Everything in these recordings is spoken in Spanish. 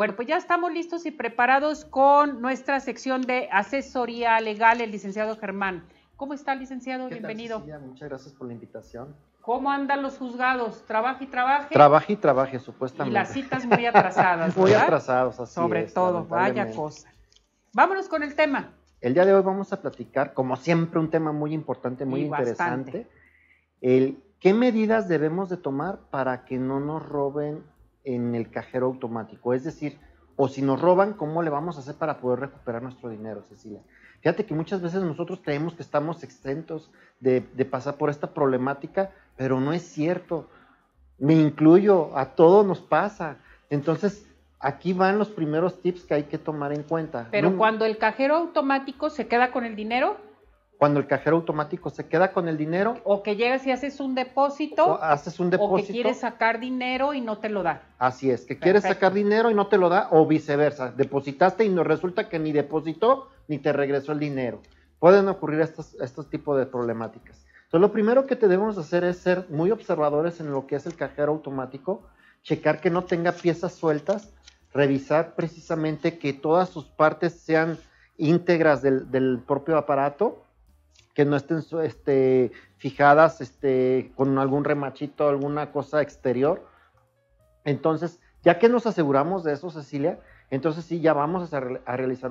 Bueno, pues ya estamos listos y preparados con nuestra sección de asesoría legal, el licenciado Germán. ¿Cómo está, licenciado? Bienvenido. Cecilia? Muchas gracias por la invitación. ¿Cómo andan los juzgados? ¿Trabaje y trabaje? Trabaje y trabaje, supuestamente. Y las citas muy atrasadas, muy ¿verdad? atrasados, así Sobre es, todo, vaya cosa. Vámonos con el tema. El día de hoy vamos a platicar, como siempre, un tema muy importante, muy interesante. ¿Qué medidas debemos de tomar para que no nos roben en el cajero automático? Es decir, o si nos roban, ¿cómo le vamos a hacer para poder recuperar nuestro dinero, Cecilia? Fíjate que muchas veces nosotros creemos que estamos exentos de pasar por esta problemática, pero no es cierto. Me incluyo, a todos nos pasa. Entonces, aquí van los primeros tips que hay que tomar en cuenta. Pero cuando el cajero automático se queda con el dinero. Cuando el cajero automático se queda con el dinero. O que llegas y haces un depósito. O que quieres sacar dinero y no te lo da. Así es, que quieres sacar dinero y no te lo da, o viceversa. Depositaste y no resulta que ni depositó ni te regresó el dinero. Pueden ocurrir estos tipos de problemáticas. Entonces, lo primero que debemos hacer es ser muy observadores en lo que es el cajero automático, checar que no tenga piezas sueltas, revisar precisamente que todas sus partes sean íntegras del propio aparato, que no estén fijadas con algún remachito, alguna cosa exterior. Entonces, ya que nos aseguramos de eso, Cecilia, entonces sí, ya vamos a realizar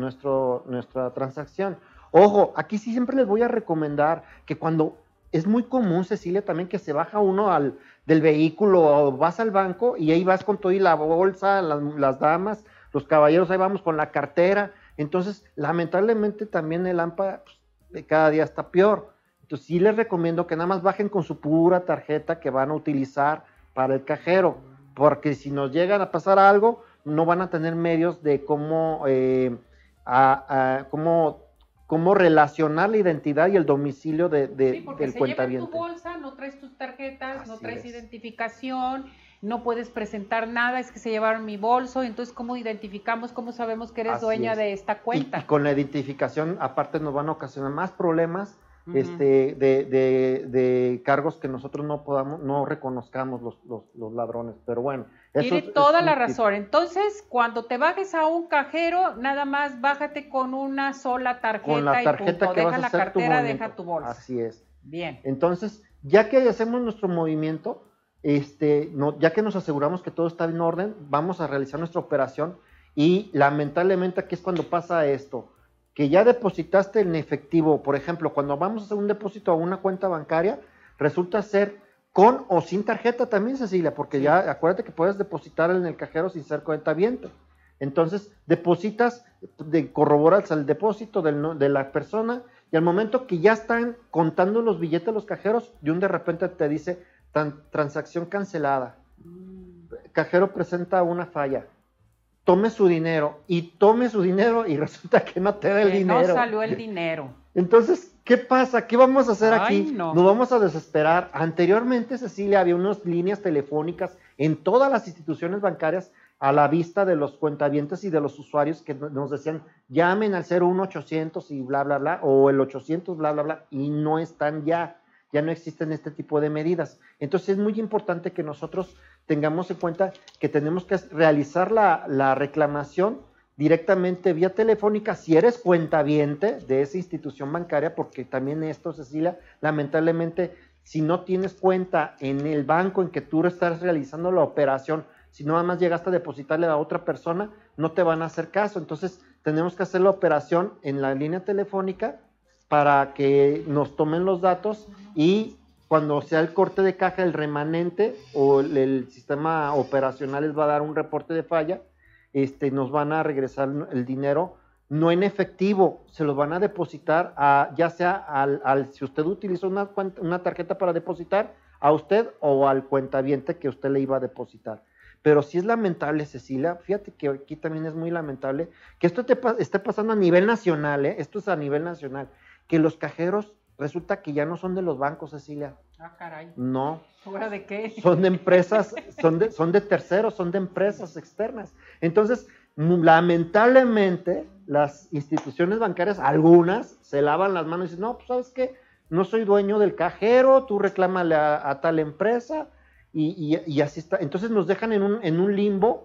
nuestra transacción. Ojo, aquí sí siempre les voy a recomendar que cuando es muy común, Cecilia, también que se baja uno del vehículo o vas al banco y ahí vas con todo y la bolsa, las damas, los caballeros, ahí vamos con la cartera. Entonces, lamentablemente también el AMPA cada día está peor. Entonces, sí les recomiendo que nada más bajen con su pura tarjeta que van a utilizar para el cajero, porque si nos llegan a pasar algo, no van a tener medios de cómo relacionar la identidad y el domicilio del cuentaviente. Sí, porque tu bolsa, no traes tus tarjetas, no traes identificación, no puedes presentar nada, es que se llevaron mi bolso, entonces ¿cómo identificamos, cómo sabemos que eres dueña de esta cuenta? Y con la identificación, aparte nos van a ocasionar más problemas de cargos que nosotros no reconozcamos los ladrones, pero bueno. Tiene toda la razón. Entonces, cuando te bajes a un cajero, nada más bájate con una sola tarjeta, con la tarjeta y punto. Deja la cartera, deja tu bolsa. Así es. Bien. Entonces, ya que hacemos nuestro movimiento, ya que nos aseguramos que todo está en orden, vamos a realizar nuestra operación y lamentablemente aquí es cuando pasa esto, que ya depositaste en efectivo. Por ejemplo, cuando vamos a hacer un depósito a una cuenta bancaria, resulta ser con o sin tarjeta también, Cecilia, porque ya acuérdate que puedes depositar en el cajero sin ser cuentaviente. Entonces, depositas, corroboras el depósito de la persona y al momento que ya están contando los billetes los cajeros, de repente te dice transacción cancelada. Cajero presenta una falla. Tome su dinero y resulta que no te da el dinero. No salió el dinero. Entonces, ¿qué pasa? ¿Qué vamos a hacer aquí? No. Nos vamos a desesperar. Anteriormente, Cecilia, había unas líneas telefónicas en todas las instituciones bancarias a la vista de los cuentavientes y de los usuarios que nos decían, llamen al 01800 y bla, bla, bla, o el 800, bla, bla, bla, y no están ya no existen este tipo de medidas. Entonces, es muy importante que nosotros tengamos en cuenta que tenemos que realizar la reclamación directamente vía telefónica si eres cuentaviente de esa institución bancaria, porque también esto, Cecilia, lamentablemente, si no tienes cuenta en el banco en que tú estás realizando la operación, si nada más llegaste a depositarle a otra persona, no te van a hacer caso. Entonces, tenemos que hacer la operación en la línea telefónica para que nos tomen los datos y cuando sea el corte de caja, el remanente o el sistema operacional les va a dar un reporte de falla, nos van a regresar el dinero, no en efectivo, se los van a depositar ya sea si usted utilizó una tarjeta para depositar, a usted o al cuentaviente que usted le iba a depositar. Pero sí es lamentable, Cecilia, fíjate que aquí también es muy lamentable que esto esté pasando a nivel nacional, esto es a nivel nacional, que los cajeros resulta que ya no son de los bancos, Cecilia. Ah, caray. No. ¿Fuera de qué? Son de empresas, son de terceros, son de empresas externas. Entonces, lamentablemente, las instituciones bancarias, algunas, se lavan las manos y dicen, no, pues, ¿sabes qué? No soy dueño del cajero, tú reclámale a tal empresa, y así está. Entonces nos dejan en un limbo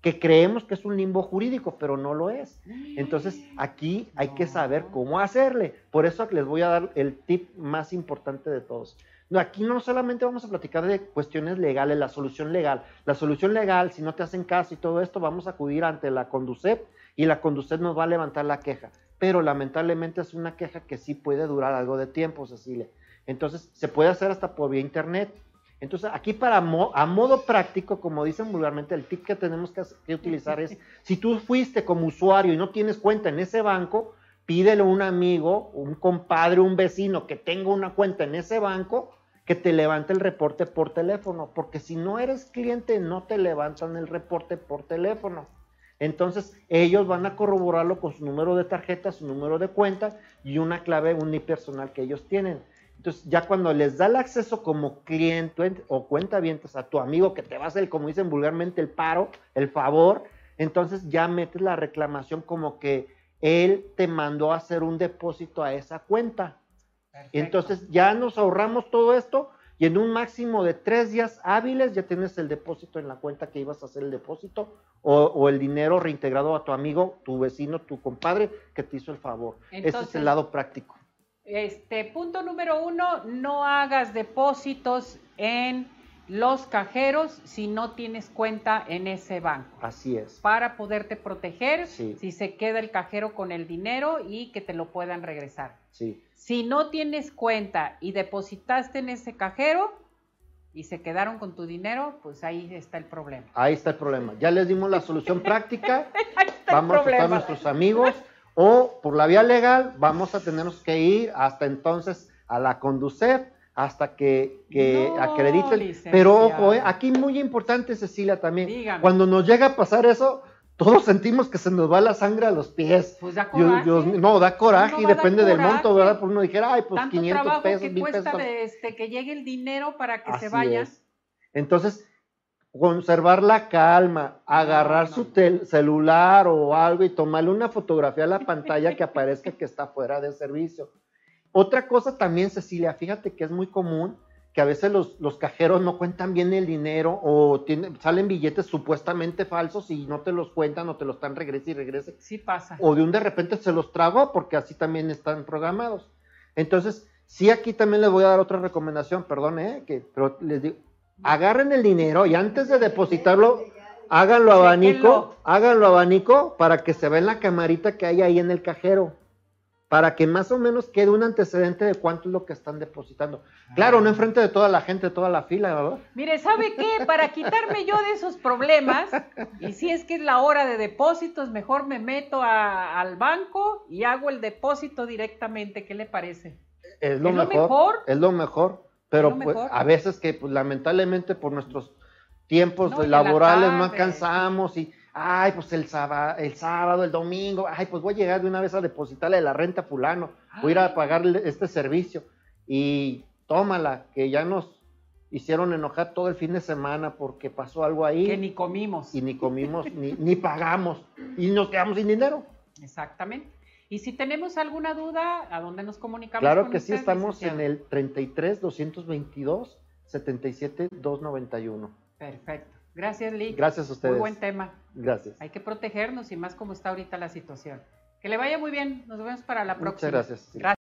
que creemos que es un limbo jurídico, pero no lo es. Entonces, aquí hay que saber cómo hacerle. Por eso les voy a dar el tip más importante de todos. No, aquí no solamente vamos a platicar de cuestiones legales, la solución legal. La solución legal, si no te hacen caso y todo esto, vamos a acudir ante la Conducef y la Conducef nos va a levantar la queja. Pero lamentablemente es una queja que sí puede durar algo de tiempo, Cecilia. Entonces, se puede hacer hasta por vía internet. Entonces, aquí a modo práctico, como dicen vulgarmente, el tip que tenemos que utilizar es, si tú fuiste como usuario y no tienes cuenta en ese banco, pídele a un amigo, un compadre, un vecino que tenga una cuenta en ese banco, que te levante el reporte por teléfono, porque si no eres cliente, no te levantan el reporte por teléfono. Entonces, ellos van a corroborarlo con su número de tarjeta, su número de cuenta y una clave unipersonal que ellos tienen. Entonces, ya cuando les da el acceso como cliente o cuentavientes a tu amigo que te va a hacer, como dicen vulgarmente, el paro, el favor, entonces ya metes la reclamación como que él te mandó a hacer un depósito a esa cuenta. Perfecto. Entonces, ya nos ahorramos todo esto y en un máximo de 3 días hábiles ya tienes el depósito en la cuenta que ibas a hacer el depósito o el dinero reintegrado a tu amigo, tu vecino, tu compadre que te hizo el favor. Entonces, ese es el lado práctico. Punto número 1, no hagas depósitos en los cajeros si no tienes cuenta en ese banco. Así es. Para poderte proteger si se queda el cajero con el dinero y que te lo puedan regresar. Sí. Si no tienes cuenta y depositaste en ese cajero y se quedaron con tu dinero, pues ahí está el problema. Ahí está el problema. Ya les dimos la solución práctica. Vamos a estar nuestros amigos. O por la vía legal vamos a tenernos que ir hasta entonces a la Conducef hasta que acrediten. Pero ojo, aquí muy importante, Cecilia, también. Dígame. Cuando nos llega a pasar eso, todos sentimos que se nos va la sangre a los pies. Pues da coraje. No, da coraje y depende del monto, ¿verdad? Pues uno dijera, ay, pues tanto 500 pesos, 1000 pesos. Tanto trabajo que cuesta que llegue el dinero para que se vaya. Entonces, conservar la calma, agarrar su celular o algo y tomarle una fotografía a la pantalla que aparezca que está fuera de servicio. Otra cosa también, Cecilia, fíjate que es muy común que a veces los cajeros no cuentan bien el dinero o salen billetes supuestamente falsos y no te los cuentan o te los están regrese y regrese. Sí pasa. O de repente se los tragó porque así también están programados. Entonces, sí, aquí también les voy a dar otra recomendación, perdón, pero les digo, agarren el dinero y antes de depositarlo, háganlo abanico para que se vea en la camarita que hay ahí en el cajero, para que más o menos quede un antecedente de cuánto es lo que están depositando. Claro, no enfrente de toda la gente, de toda la fila, ¿verdad? Mire, ¿sabe qué? Para quitarme yo de esos problemas, y si es que es la hora de depósitos, mejor me meto al banco y hago el depósito directamente. ¿Qué le parece? Es lo mejor. Es lo mejor. Pero pues, a veces que pues, lamentablemente por nuestros tiempos laborales no alcanzamos y, ay, pues el sábado, el domingo, ay, pues voy a llegar de una vez a depositarle la renta a fulano, voy a ir a pagarle este servicio y tómala, que ya nos hicieron enojar todo el fin de semana porque pasó algo ahí. Que ni comimos. Y ni comimos, ni pagamos y nos quedamos sin dinero. Exactamente. Y si tenemos alguna duda, ¿a dónde nos comunicamos? Claro que sí, estamos en el 33-222-77-291. Perfecto. Gracias, Lick. Gracias a ustedes. Muy buen tema. Gracias. Hay que protegernos y más como está ahorita la situación. Que le vaya muy bien. Nos vemos para la próxima. Muchas gracias. Gracias.